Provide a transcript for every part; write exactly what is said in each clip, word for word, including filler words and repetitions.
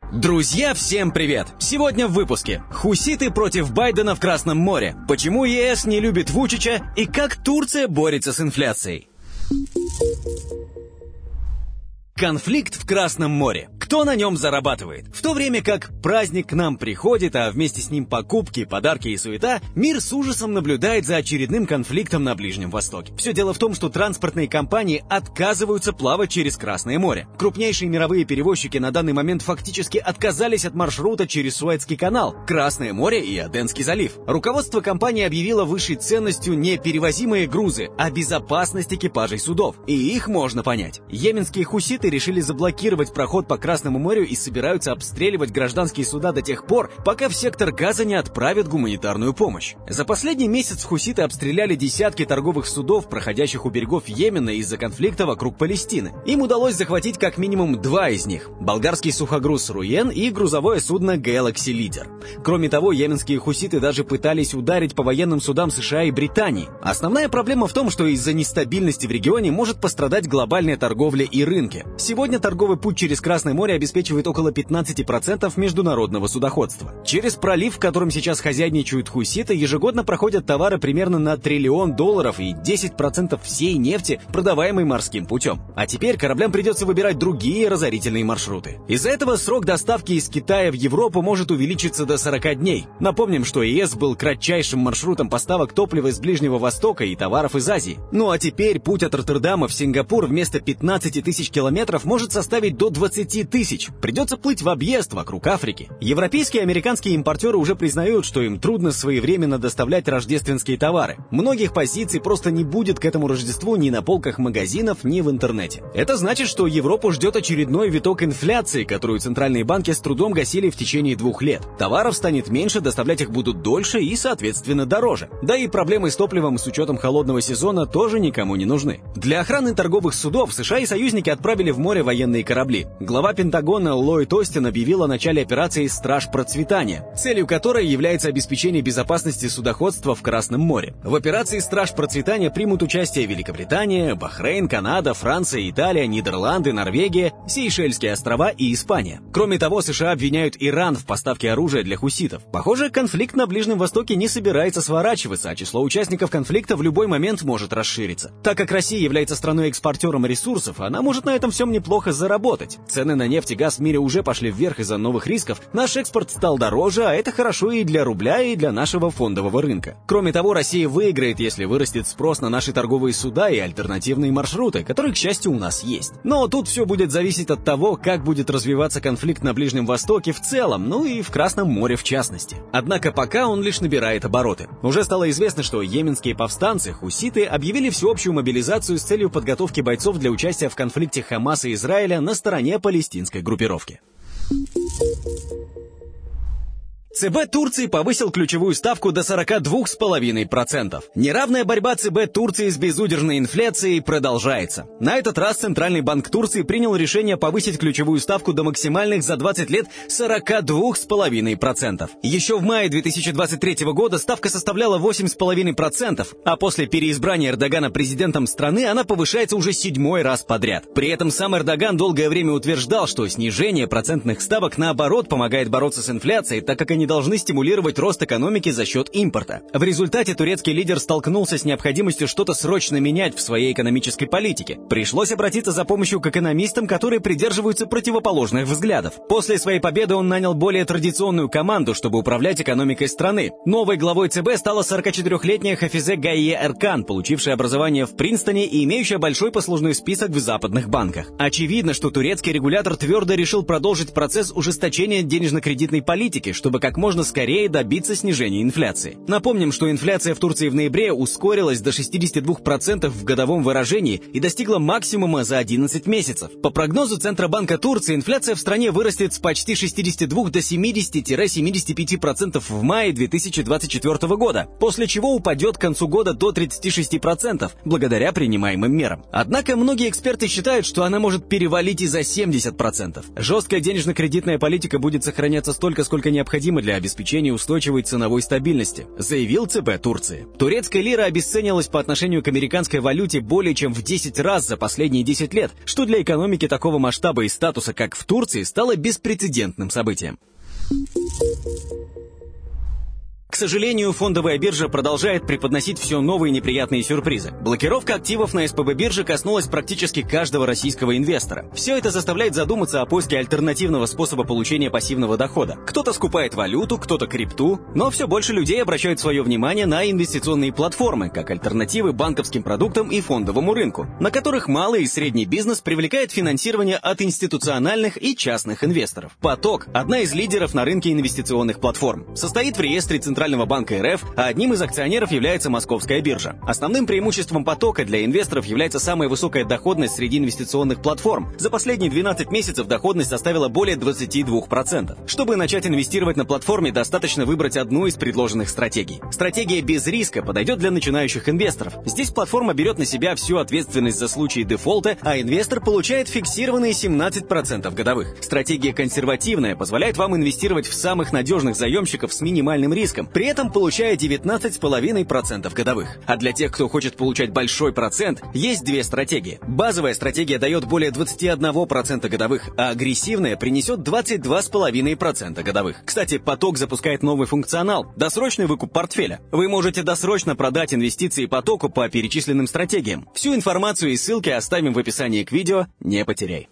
Друзья, всем привет! Сегодня в выпуске. Хуситы против Байдена в Красном море. Почему ЕС не любит Вучича и как Турция борется с инфляцией. Конфликт в Красном море. Кто на нем зарабатывает? В то время как праздник к нам приходит, а вместе с ним покупки, подарки и суета, мир с ужасом наблюдает за очередным конфликтом на Ближнем Востоке. Все дело в том, что транспортные компании отказываются плавать через Красное море. Крупнейшие мировые перевозчики на данный момент фактически отказались от маршрута через Суэцкий канал, Красное море и Аденский залив. Руководство компании объявило высшей ценностью не перевозимые грузы, а безопасность экипажей судов. И их можно понять. Йеменские хуситы решили заблокировать проход по Красному морю и собираются обстреливать гражданские суда до тех пор, пока в сектор Газа не отправят гуманитарную помощь. За последний месяц хуситы обстреляли десятки торговых судов, проходящих у берегов Йемена из-за конфликта вокруг Палестины. Им удалось захватить как минимум два из них – болгарский сухогруз «Руен» и грузовое судно Galaxy Leader. Кроме того, йеменские хуситы даже пытались ударить по военным судам США и Британии. Основная проблема в том, что из-за нестабильности в регионе может пострадать глобальная торговля и рынки. Сегодня торговый путь через Красное море обеспечивает около пятнадцать процентов международного судоходства. Через пролив, в котором сейчас хозяйничают хуситы, ежегодно проходят товары примерно на триллион долларов и десять процентов всей нефти, продаваемой морским путем. А теперь кораблям придется выбирать другие разорительные маршруты. Из-за этого срок доставки из Китая в Европу может увеличиться до сорока дней. Напомним, что ЕС был кратчайшим маршрутом поставок топлива из Ближнего Востока и товаров из Азии. Ну а теперь путь от Роттердама в Сингапур вместо пятнадцати тысяч километров может составить до двадцати тысяч. Придется плыть в объезд вокруг Африки. Европейские и американские импортеры уже признают, что им трудно своевременно доставлять рождественские товары. Многих позиций просто не будет к этому Рождеству ни на полках магазинов, ни в интернете. Это значит, что Европу ждет очередной виток инфляции, которую центральные банки с трудом гасили в течение двух лет. Товаров станет меньше, доставлять их будут дольше и, соответственно, дороже. Да и проблемы с топливом с учетом холодного сезона тоже никому не нужны. Для охраны торговых судов США и союзники отправили в море военные корабли. Глава Пентагона Ллойд Остин объявил о начале операции «Страж процветания», целью которой является обеспечение безопасности судоходства в Красном море. В операции «Страж процветания» примут участие Великобритания, Бахрейн, Канада, Франция, Италия, Нидерланды, Норвегия, Сейшельские острова и Испания. Кроме того, США обвиняют Иран в поставке оружия для хуситов. Похоже, конфликт на Ближнем Востоке не собирается сворачиваться, а число участников конфликта в любой момент может расшириться. Так как Россия является страной-экспортером ресурсов, она может на этом всем неплохо заработать. Цены на нефть и газ в мире уже пошли вверх из-за новых рисков, наш экспорт стал дороже, а это хорошо и для рубля, и для нашего фондового рынка. Кроме того, Россия выиграет, если вырастет спрос на наши торговые суда и альтернативные маршруты, которые, к счастью, у нас есть. Но тут все будет зависеть от того, как будет развиваться конфликт на Ближнем Востоке в целом, ну и в Красном море в частности. Однако пока он лишь набирает обороты. Уже стало известно, что йеменские повстанцы, хуситы, объявили всеобщую мобилизацию с целью подготовки бойцов для участия в конфликте Хамаса и Израиля на стороне палестинской группировки. ЦБ Турции повысил ключевую ставку до сорока двух целых пяти десятых процента. Неравная борьба ЦБ Турции с безудержной инфляцией продолжается. На этот раз Центральный банк Турции принял решение повысить ключевую ставку до максимальных за двадцать лет сорока двух целых пяти десятых процента. Еще в мае две тысячи двадцать третьего года ставка составляла восемь целых пять десятых процента, а после переизбрания Эрдогана президентом страны она повышается уже седьмой раз подряд. При этом сам Эрдоган долгое время утверждал, что снижение процентных ставок наоборот помогает бороться с инфляцией, так как они должны стимулировать рост экономики за счет импорта. В результате турецкий лидер столкнулся с необходимостью что-то срочно менять в своей экономической политике. Пришлось обратиться за помощью к экономистам, которые придерживаются противоположных взглядов. После своей победы он нанял более традиционную команду, чтобы управлять экономикой страны. Новой главой ЦБ стала сорокачетырехлетняя Хафизе Гайе Эркан, получившая образование в Принстоне и имеющая большой послужной список в западных банках. Очевидно, что турецкий регулятор твердо решил продолжить процесс ужесточения денежно-кредитной политики, чтобы как можно скорее добиться снижения инфляции. Напомним, что инфляция в Турции в ноябре ускорилась до шестидесяти двух процентов в годовом выражении и достигла максимума за одиннадцать месяцев. По прогнозу Центробанка Турции, инфляция в стране вырастет с почти шестидесяти двух до семидесяти-семидесяти пяти процентов в мае две тысячи двадцать четвёртого года, после чего упадет к концу года до тридцати шести процентов благодаря принимаемым мерам. Однако многие эксперты считают, что она может перевалить и за семьдесят процентов. Жесткая денежно-кредитная политика будет сохраняться столько, сколько необходимо необходимы для обеспечения устойчивой ценовой стабильности, заявил ЦБ Турции. Турецкая лира обесценилась по отношению к американской валюте более чем в десять раз за последние десять лет, что для экономики такого масштаба и статуса, как в Турции, стало беспрецедентным событием. К сожалению, фондовая биржа продолжает преподносить все новые неприятные сюрпризы. Блокировка активов на эс пэ бэ бирже коснулась практически каждого российского инвестора. Все это заставляет задуматься о поиске альтернативного способа получения пассивного дохода. Кто-то скупает валюту, кто-то крипту, но все больше людей обращают свое внимание на инвестиционные платформы, как альтернативы банковским продуктам и фондовому рынку, на которых малый и средний бизнес привлекает финансирование от институциональных и частных инвесторов. Поток – одна из лидеров на рынке инвестиционных платформ. Состоит в реестре Центрального Центрального банка эр эф, а одним из акционеров является Московская биржа. Основным преимуществом потока для инвесторов является самая высокая доходность среди инвестиционных платформ. За последние двенадцать месяцев доходность составила более двадцати двух процентов. Чтобы начать инвестировать на платформе, достаточно выбрать одну из предложенных стратегий. Стратегия без риска подойдет для начинающих инвесторов. Здесь платформа берет на себя всю ответственность за случаи дефолта, а инвестор получает фиксированные семнадцать процентов годовых. Стратегия консервативная позволяет вам инвестировать в самых надежных заемщиков с минимальным риском, при этом получая девятнадцать целых пять десятых процента годовых. А для тех, кто хочет получать большой процент, есть две стратегии. Базовая стратегия дает более двадцати одного процента годовых, а агрессивная принесет двадцать два целых пять десятых процента годовых. Кстати, поток запускает новый функционал – досрочный выкуп портфеля. Вы можете досрочно продать инвестиции потоку по перечисленным стратегиям. Всю информацию и ссылки оставим в описании к видео, не потеряй.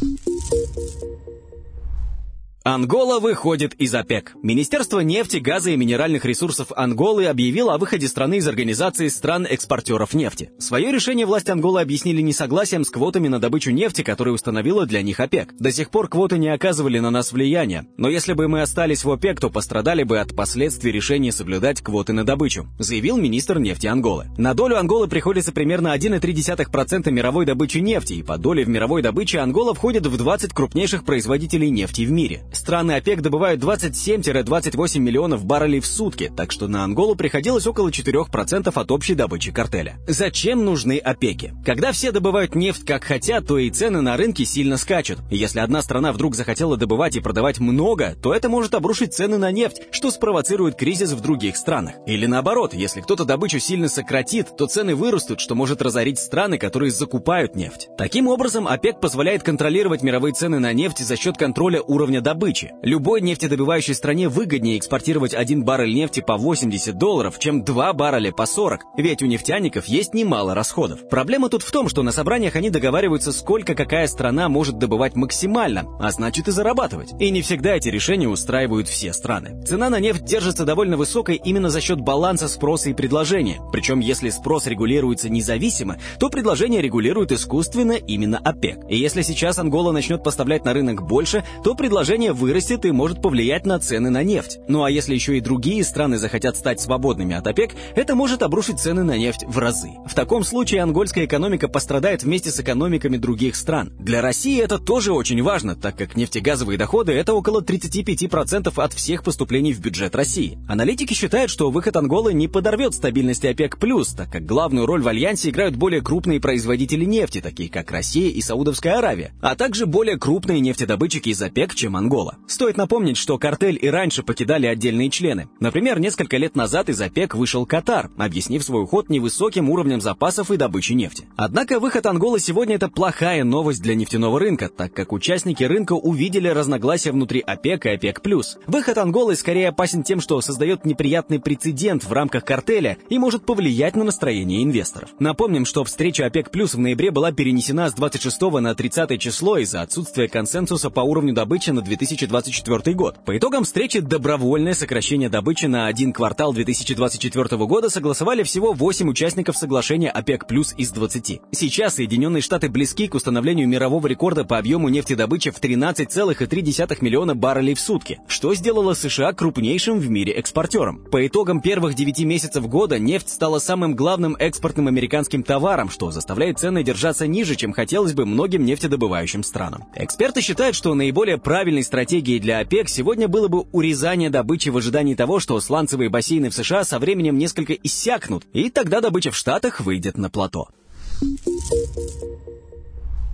Ангола выходит из ОПЕК. Министерство нефти, газа и минеральных ресурсов Анголы объявило о выходе страны из организации стран-экспортеров нефти. Свое решение власти Анголы объяснили несогласием с квотами на добычу нефти, которые установила для них ОПЕК. До сих пор квоты не оказывали на нас влияния, но если бы мы остались в ОПЕК, то пострадали бы от последствий решения соблюдать квоты на добычу, заявил министр нефти Анголы. На долю Анголы приходится примерно один целых три десятых процента мировой добычи нефти, и по доле в мировой добыче Ангола входит в двадцать крупнейших производителей нефти в мире. Страны ОПЕК добывают двадцать семь - двадцать восемь миллионов баррелей в сутки, так что на Анголу приходилось около четырёх процентов от общей добычи картеля. Зачем нужны ОПЕКи? Когда все добывают нефть как хотят, то и цены на рынке сильно скачут. И если одна страна вдруг захотела добывать и продавать много, то это может обрушить цены на нефть, что спровоцирует кризис в других странах. Или наоборот, если кто-то добычу сильно сократит, то цены вырастут, что может разорить страны, которые закупают нефть. Таким образом, ОПЕК позволяет контролировать мировые цены на нефть за счет контроля уровня добычи. Любой нефтедобывающей стране выгоднее экспортировать один баррель нефти по восемьдесят долларов, чем два барреля по сорок, ведь у нефтяников есть немало расходов. Проблема тут в том, что на собраниях они договариваются, сколько какая страна может добывать максимально, а значит и зарабатывать. И не всегда эти решения устраивают все страны. Цена на нефть держится довольно высокой именно за счет баланса спроса и предложения. Причем если спрос регулируется независимо, то предложение регулирует искусственно именно ОПЕК. И если сейчас Ангола начнет поставлять на рынок больше, то предложение вырастет и может повлиять на цены на нефть. Ну а если еще и другие страны захотят стать свободными от ОПЕК, это может обрушить цены на нефть в разы. В таком случае ангольская экономика пострадает вместе с экономиками других стран. Для России это тоже очень важно, так как нефтегазовые доходы – это около тридцати пяти процентов от всех поступлений в бюджет России. Аналитики считают, что выход Анголы не подорвет стабильности ОПЕК+, так как главную роль в альянсе играют более крупные производители нефти, такие как Россия и Саудовская Аравия, а также более крупные нефтедобытчики из ОПЕК, чем Ангола. Стоит напомнить, что картель и раньше покидали отдельные члены. Например, несколько лет назад из ОПЕК вышел Катар, объяснив свой уход невысоким уровнем запасов и добычи нефти. Однако выход Анголы сегодня – это плохая новость для нефтяного рынка, так как участники рынка увидели разногласия внутри ОПЕК и ОПЕК+. Выход Анголы скорее опасен тем, что создает неприятный прецедент в рамках картеля и может повлиять на настроение инвесторов. Напомним, что встреча ОПЕК+ в ноябре была перенесена с двадцать шестого на тридцатое число из-за отсутствия консенсуса по уровню добычи на две тысячи двадцать четвёртый год. По итогам встречи добровольное сокращение добычи на один квартал две тысячи двадцать четвёртого года согласовали всего восемь участников соглашения ОПЕК+ из двадцати. Сейчас Соединенные Штаты близки к установлению мирового рекорда по объему нефтедобычи в тринадцать целых три десятых миллиона баррелей в сутки, что сделало США крупнейшим в мире экспортером. По итогам первых девяти месяцев года нефть стала самым главным экспортным американским товаром, что заставляет цены держаться ниже, чем хотелось бы многим нефтедобывающим странам. Эксперты считают, что наиболее правильной стратегией для ОПЕК сегодня было бы урезание добычи в ожидании того, что сланцевые бассейны в США со временем несколько иссякнут, и тогда добыча в Штатах выйдет на плато.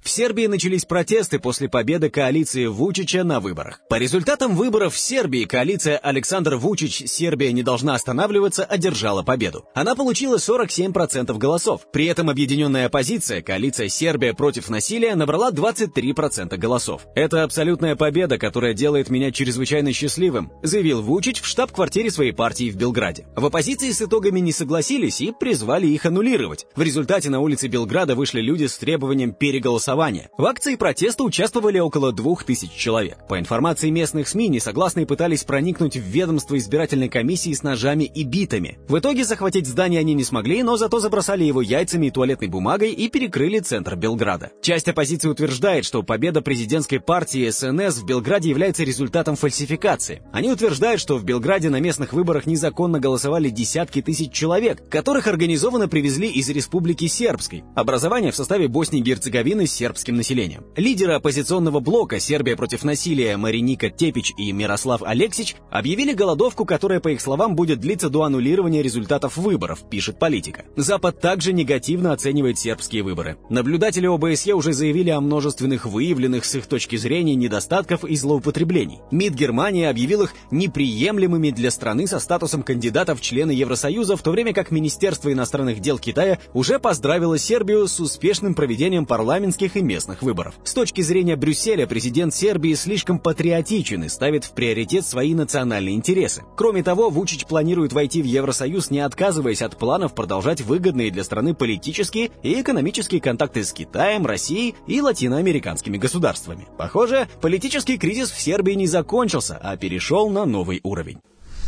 В Сербии начались протесты после победы коалиции Вучича на выборах. По результатам выборов в Сербии коалиция Александр Вучич «Сербия не должна останавливаться» одержала победу. Она получила сорок семь процентов голосов. При этом объединенная оппозиция, коалиция «Сербия против насилия», набрала двадцать три процента голосов. «Это абсолютная победа, которая делает меня чрезвычайно счастливым», заявил Вучич в штаб-квартире своей партии в Белграде. В оппозиции с итогами не согласились и призвали их аннулировать. В результате на улице Белграда вышли люди с требованием переголосования. В акции протеста участвовали около двух тысяч человек. По информации местных СМИ, несогласные пытались проникнуть в ведомство избирательной комиссии с ножами и битами. В итоге захватить здание они не смогли, но зато забросали его яйцами и туалетной бумагой и перекрыли центр Белграда. Часть оппозиции утверждает, что победа президентской партии эс эн эс в Белграде является результатом фальсификации. Они утверждают, что в Белграде на местных выборах незаконно голосовали десятки тысяч человек, которых организованно привезли из Республики Сербской, образования в составе Боснии и Герцеговины с сербским населением. Лидеры оппозиционного блока «Сербия против насилия» Мариника Тепич и Мирослав Алексич объявили голодовку, которая, по их словам, будет длиться до аннулирования результатов выборов, пишет Политика. Запад также негативно оценивает сербские выборы. Наблюдатели о бэ эс е уже заявили о множественных выявленных с их точки зрения недостатков и злоупотреблений. МИД Германии объявил их неприемлемыми для страны со статусом кандидата в члены Евросоюза, в то время как Министерство иностранных дел Китая уже поздравило Сербию с успешным проведением парламентских и местных выборов. С точки зрения Брюсселя, президент Сербии слишком патриотичен и ставит в приоритет свои национальные интересы. Кроме того, Вучич планирует войти в Евросоюз, не отказываясь от планов продолжать выгодные для страны политические и экономические контакты с Китаем, Россией и латиноамериканскими государствами. Похоже, политический кризис в Сербии не закончился, а перешел на новый уровень.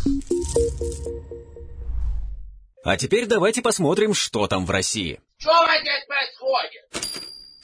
А теперь давайте посмотрим, что там в России. Что здесь происходит?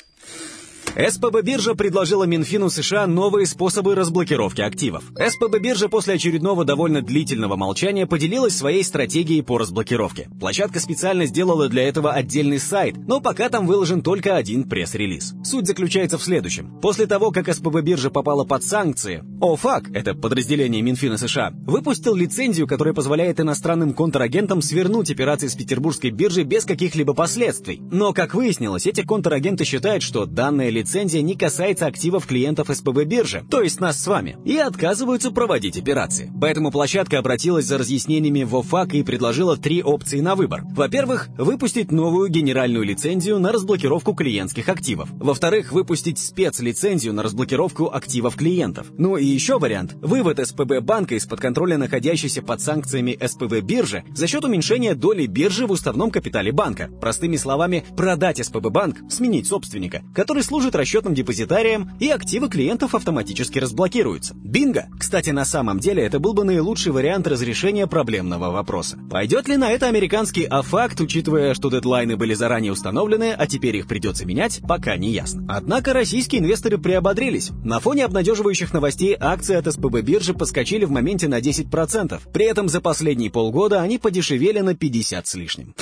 эс пэ бэ-биржа предложила Минфину США новые способы разблокировки активов. эс пэ бэ-биржа после очередного довольно длительного молчания поделилась своей стратегией по разблокировке. Площадка специально сделала для этого отдельный сайт, но пока там выложен только один пресс-релиз. Суть заключается в следующем. После того, как эс пэ бэ-биржа попала под санкции, ОФАК, это подразделение Минфина США, выпустил лицензию, которая позволяет иностранным контрагентам свернуть операции с петербургской биржи без каких-либо последствий. Но, как выяснилось, эти контрагенты считают, что данная лицензия Лицензия не касается активов клиентов эс пэ бэ-биржи, то есть нас с вами, и отказываются проводить операции. Поэтому площадка обратилась за разъяснениями в ОФАК и предложила три опции на выбор. Во-первых, выпустить новую генеральную лицензию на разблокировку клиентских активов. Во-вторых, выпустить спецлицензию на разблокировку активов клиентов. Ну и еще вариант – вывод эс пэ бэ-банка из-под контроля находящейся под санкциями эс пэ бэ-биржи за счет уменьшения доли биржи в уставном капитале банка. Простыми словами, продать эс пэ бэ-банк, сменить собственника, который служит расчетным депозитарием, и активы клиентов автоматически разблокируются. Бинго! Кстати, на самом деле это был бы наилучший вариант разрешения проблемного вопроса. Пойдет ли на это американский ОФАК, учитывая, что дедлайны были заранее установлены, а теперь их придется менять, пока не ясно. Однако российские инвесторы приободрились. На фоне обнадеживающих новостей акции от эс пэ бэ-биржи подскочили в моменте на десять процентов. При этом за последние полгода они подешевели на пятьдесят с лишним.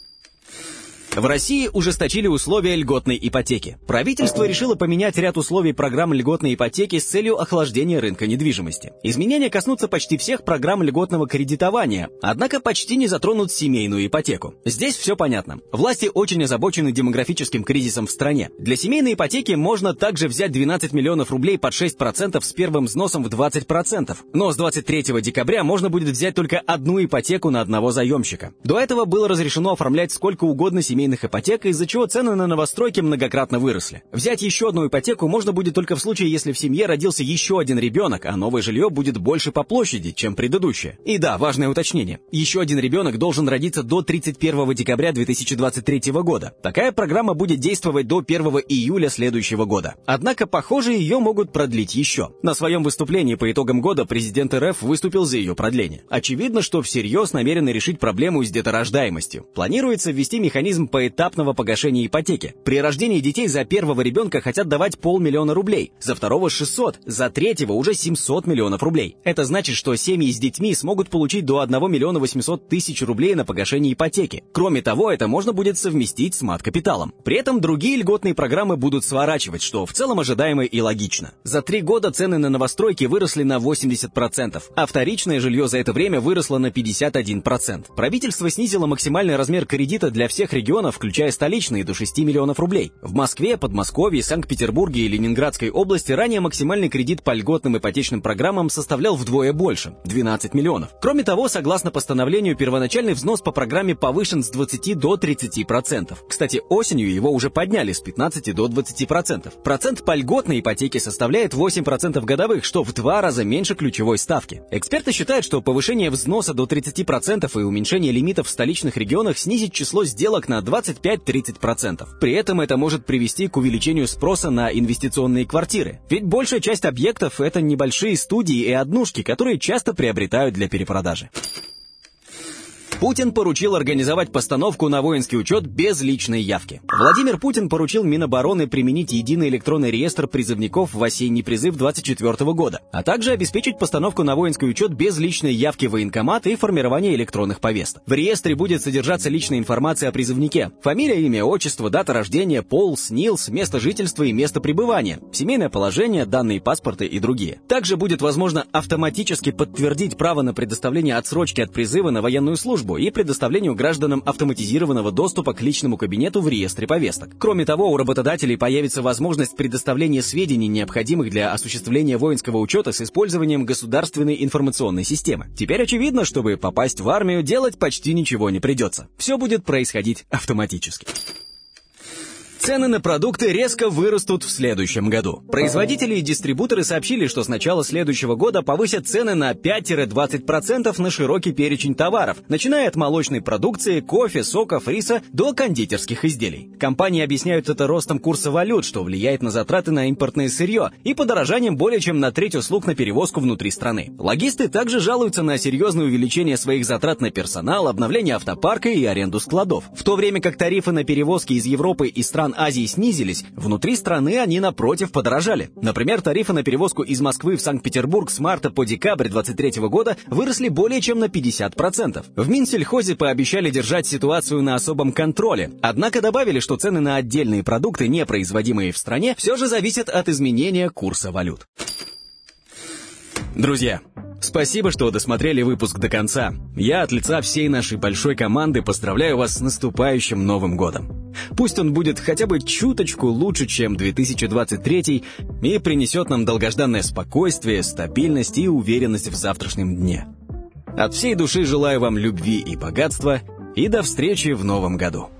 В России ужесточили условия льготной ипотеки. Правительство решило поменять ряд условий программ льготной ипотеки с целью охлаждения рынка недвижимости. Изменения коснутся почти всех программ льготного кредитования, однако почти не затронут семейную ипотеку. Здесь все понятно. Власти очень озабочены демографическим кризисом в стране. Для семейной ипотеки можно также взять двенадцать миллионов рублей под шесть процентов с первым взносом в двадцать процентов. Но с двадцать третьего декабря можно будет взять только одну ипотеку на одного заемщика. До этого было разрешено оформлять сколько угодно семейных ипотек, из-за чего цены на новостройки многократно выросли. Взять еще одну ипотеку можно будет только в случае, если в семье родился еще один ребенок, а новое жилье будет больше по площади, чем предыдущее. И да, важное уточнение. Еще один ребенок должен родиться до тридцать первого декабря две тысячи двадцать третьего года. Такая программа будет действовать до первого июля следующего года. Однако, похоже, ее могут продлить еще. На своем выступлении по итогам года президент эр эф выступил за ее продление. Очевидно, что всерьез намерены решить проблему с деторождаемостью. Планируется ввести механизм поэтапного погашения ипотеки. При рождении детей за первого ребенка хотят давать полмиллиона рублей, за второго шестьсот, за третьего уже семьсот миллионов рублей. Это значит, что семьи с детьми смогут получить до одного миллиона восьмисот тысяч рублей на погашение ипотеки. Кроме того, это можно будет совместить с мат-капиталом. При этом другие льготные программы будут сворачивать, что в целом ожидаемо и логично. За три года цены на новостройки выросли на восемьдесят процентов, а вторичное жилье за это время выросло на пятьдесят один процент. Правительство снизило максимальный размер кредита для всех регионов регионов, включая столичные, до шести миллионов рублей. В Москве, Подмосковье, Санкт-Петербурге и Ленинградской области ранее максимальный кредит по льготным ипотечным программам составлял вдвое больше – двенадцать миллионов. Кроме того, согласно постановлению, первоначальный взнос по программе повышен с двадцати до тридцати процентов. Кстати, осенью его уже подняли с пятнадцати до двадцати процентов. Процент по льготной ипотеке составляет восемь процентов годовых, что в два раза меньше ключевой ставки. Эксперты считают, что повышение взноса до тридцати процентов и уменьшение лимитов в столичных регионах снизит число сделок на двадцать пять - тридцать процентов. При этом это может привести к увеличению спроса на инвестиционные квартиры. Ведь большая часть объектов – это небольшие студии и однушки, которые часто приобретают для перепродажи. Путин поручил организовать постановку на воинский учет без личной явки. Владимир Путин поручил Минобороны применить единый электронный реестр призывников в осенний призыв двадцать четвёртого года, а также обеспечить постановку на воинский учет без личной явки в военкомат и формирования электронных повесток. В реестре будет содержаться личная информация о призывнике: фамилия, имя, отчество, дата рождения, пол, СНИЛС, место жительства и место пребывания, семейное положение, данные паспорта и другие. Также будет возможно автоматически подтвердить право на предоставление отсрочки от призыва на военную службу и предоставлению гражданам автоматизированного доступа к личному кабинету в реестре повесток. Кроме того, у работодателей появится возможность предоставления сведений, необходимых для осуществления воинского учета с использованием государственной информационной системы. Теперь очевидно, чтобы попасть в армию, делать почти ничего не придется. Все будет происходить автоматически. Цены на продукты резко вырастут в следующем году. Производители и дистрибуторы сообщили, что с начала следующего года повысят цены на пять - двадцать процентов на широкий перечень товаров, начиная от молочной продукции, кофе, соков, риса до кондитерских изделий. Компании объясняют это ростом курса валют, что влияет на затраты на импортное сырье, и подорожанием более чем на треть услуг на перевозку внутри страны. Логисты также жалуются на серьезное увеличение своих затрат на персонал, обновление автопарка и аренду складов. В то время как тарифы на перевозки из Европы и стран Азии снизились, внутри страны они, напротив, подорожали. Например, тарифы на перевозку из Москвы в Санкт-Петербург с марта по декабрь двадцать третьего года выросли более чем на пятьдесят процентов. В Минсельхозе пообещали держать ситуацию на особом контроле, однако добавили, что цены на отдельные продукты, не производимые в стране, все же зависят от изменения курса валют. Друзья, спасибо, что досмотрели выпуск до конца. Я от лица всей нашей большой команды поздравляю вас с наступающим Новым годом. Пусть он будет хотя бы чуточку лучше, чем две тысячи двадцать третий, и принесет нам долгожданное спокойствие, стабильность и уверенность в завтрашнем дне. От всей души желаю вам любви и богатства, и до встречи в Новом году.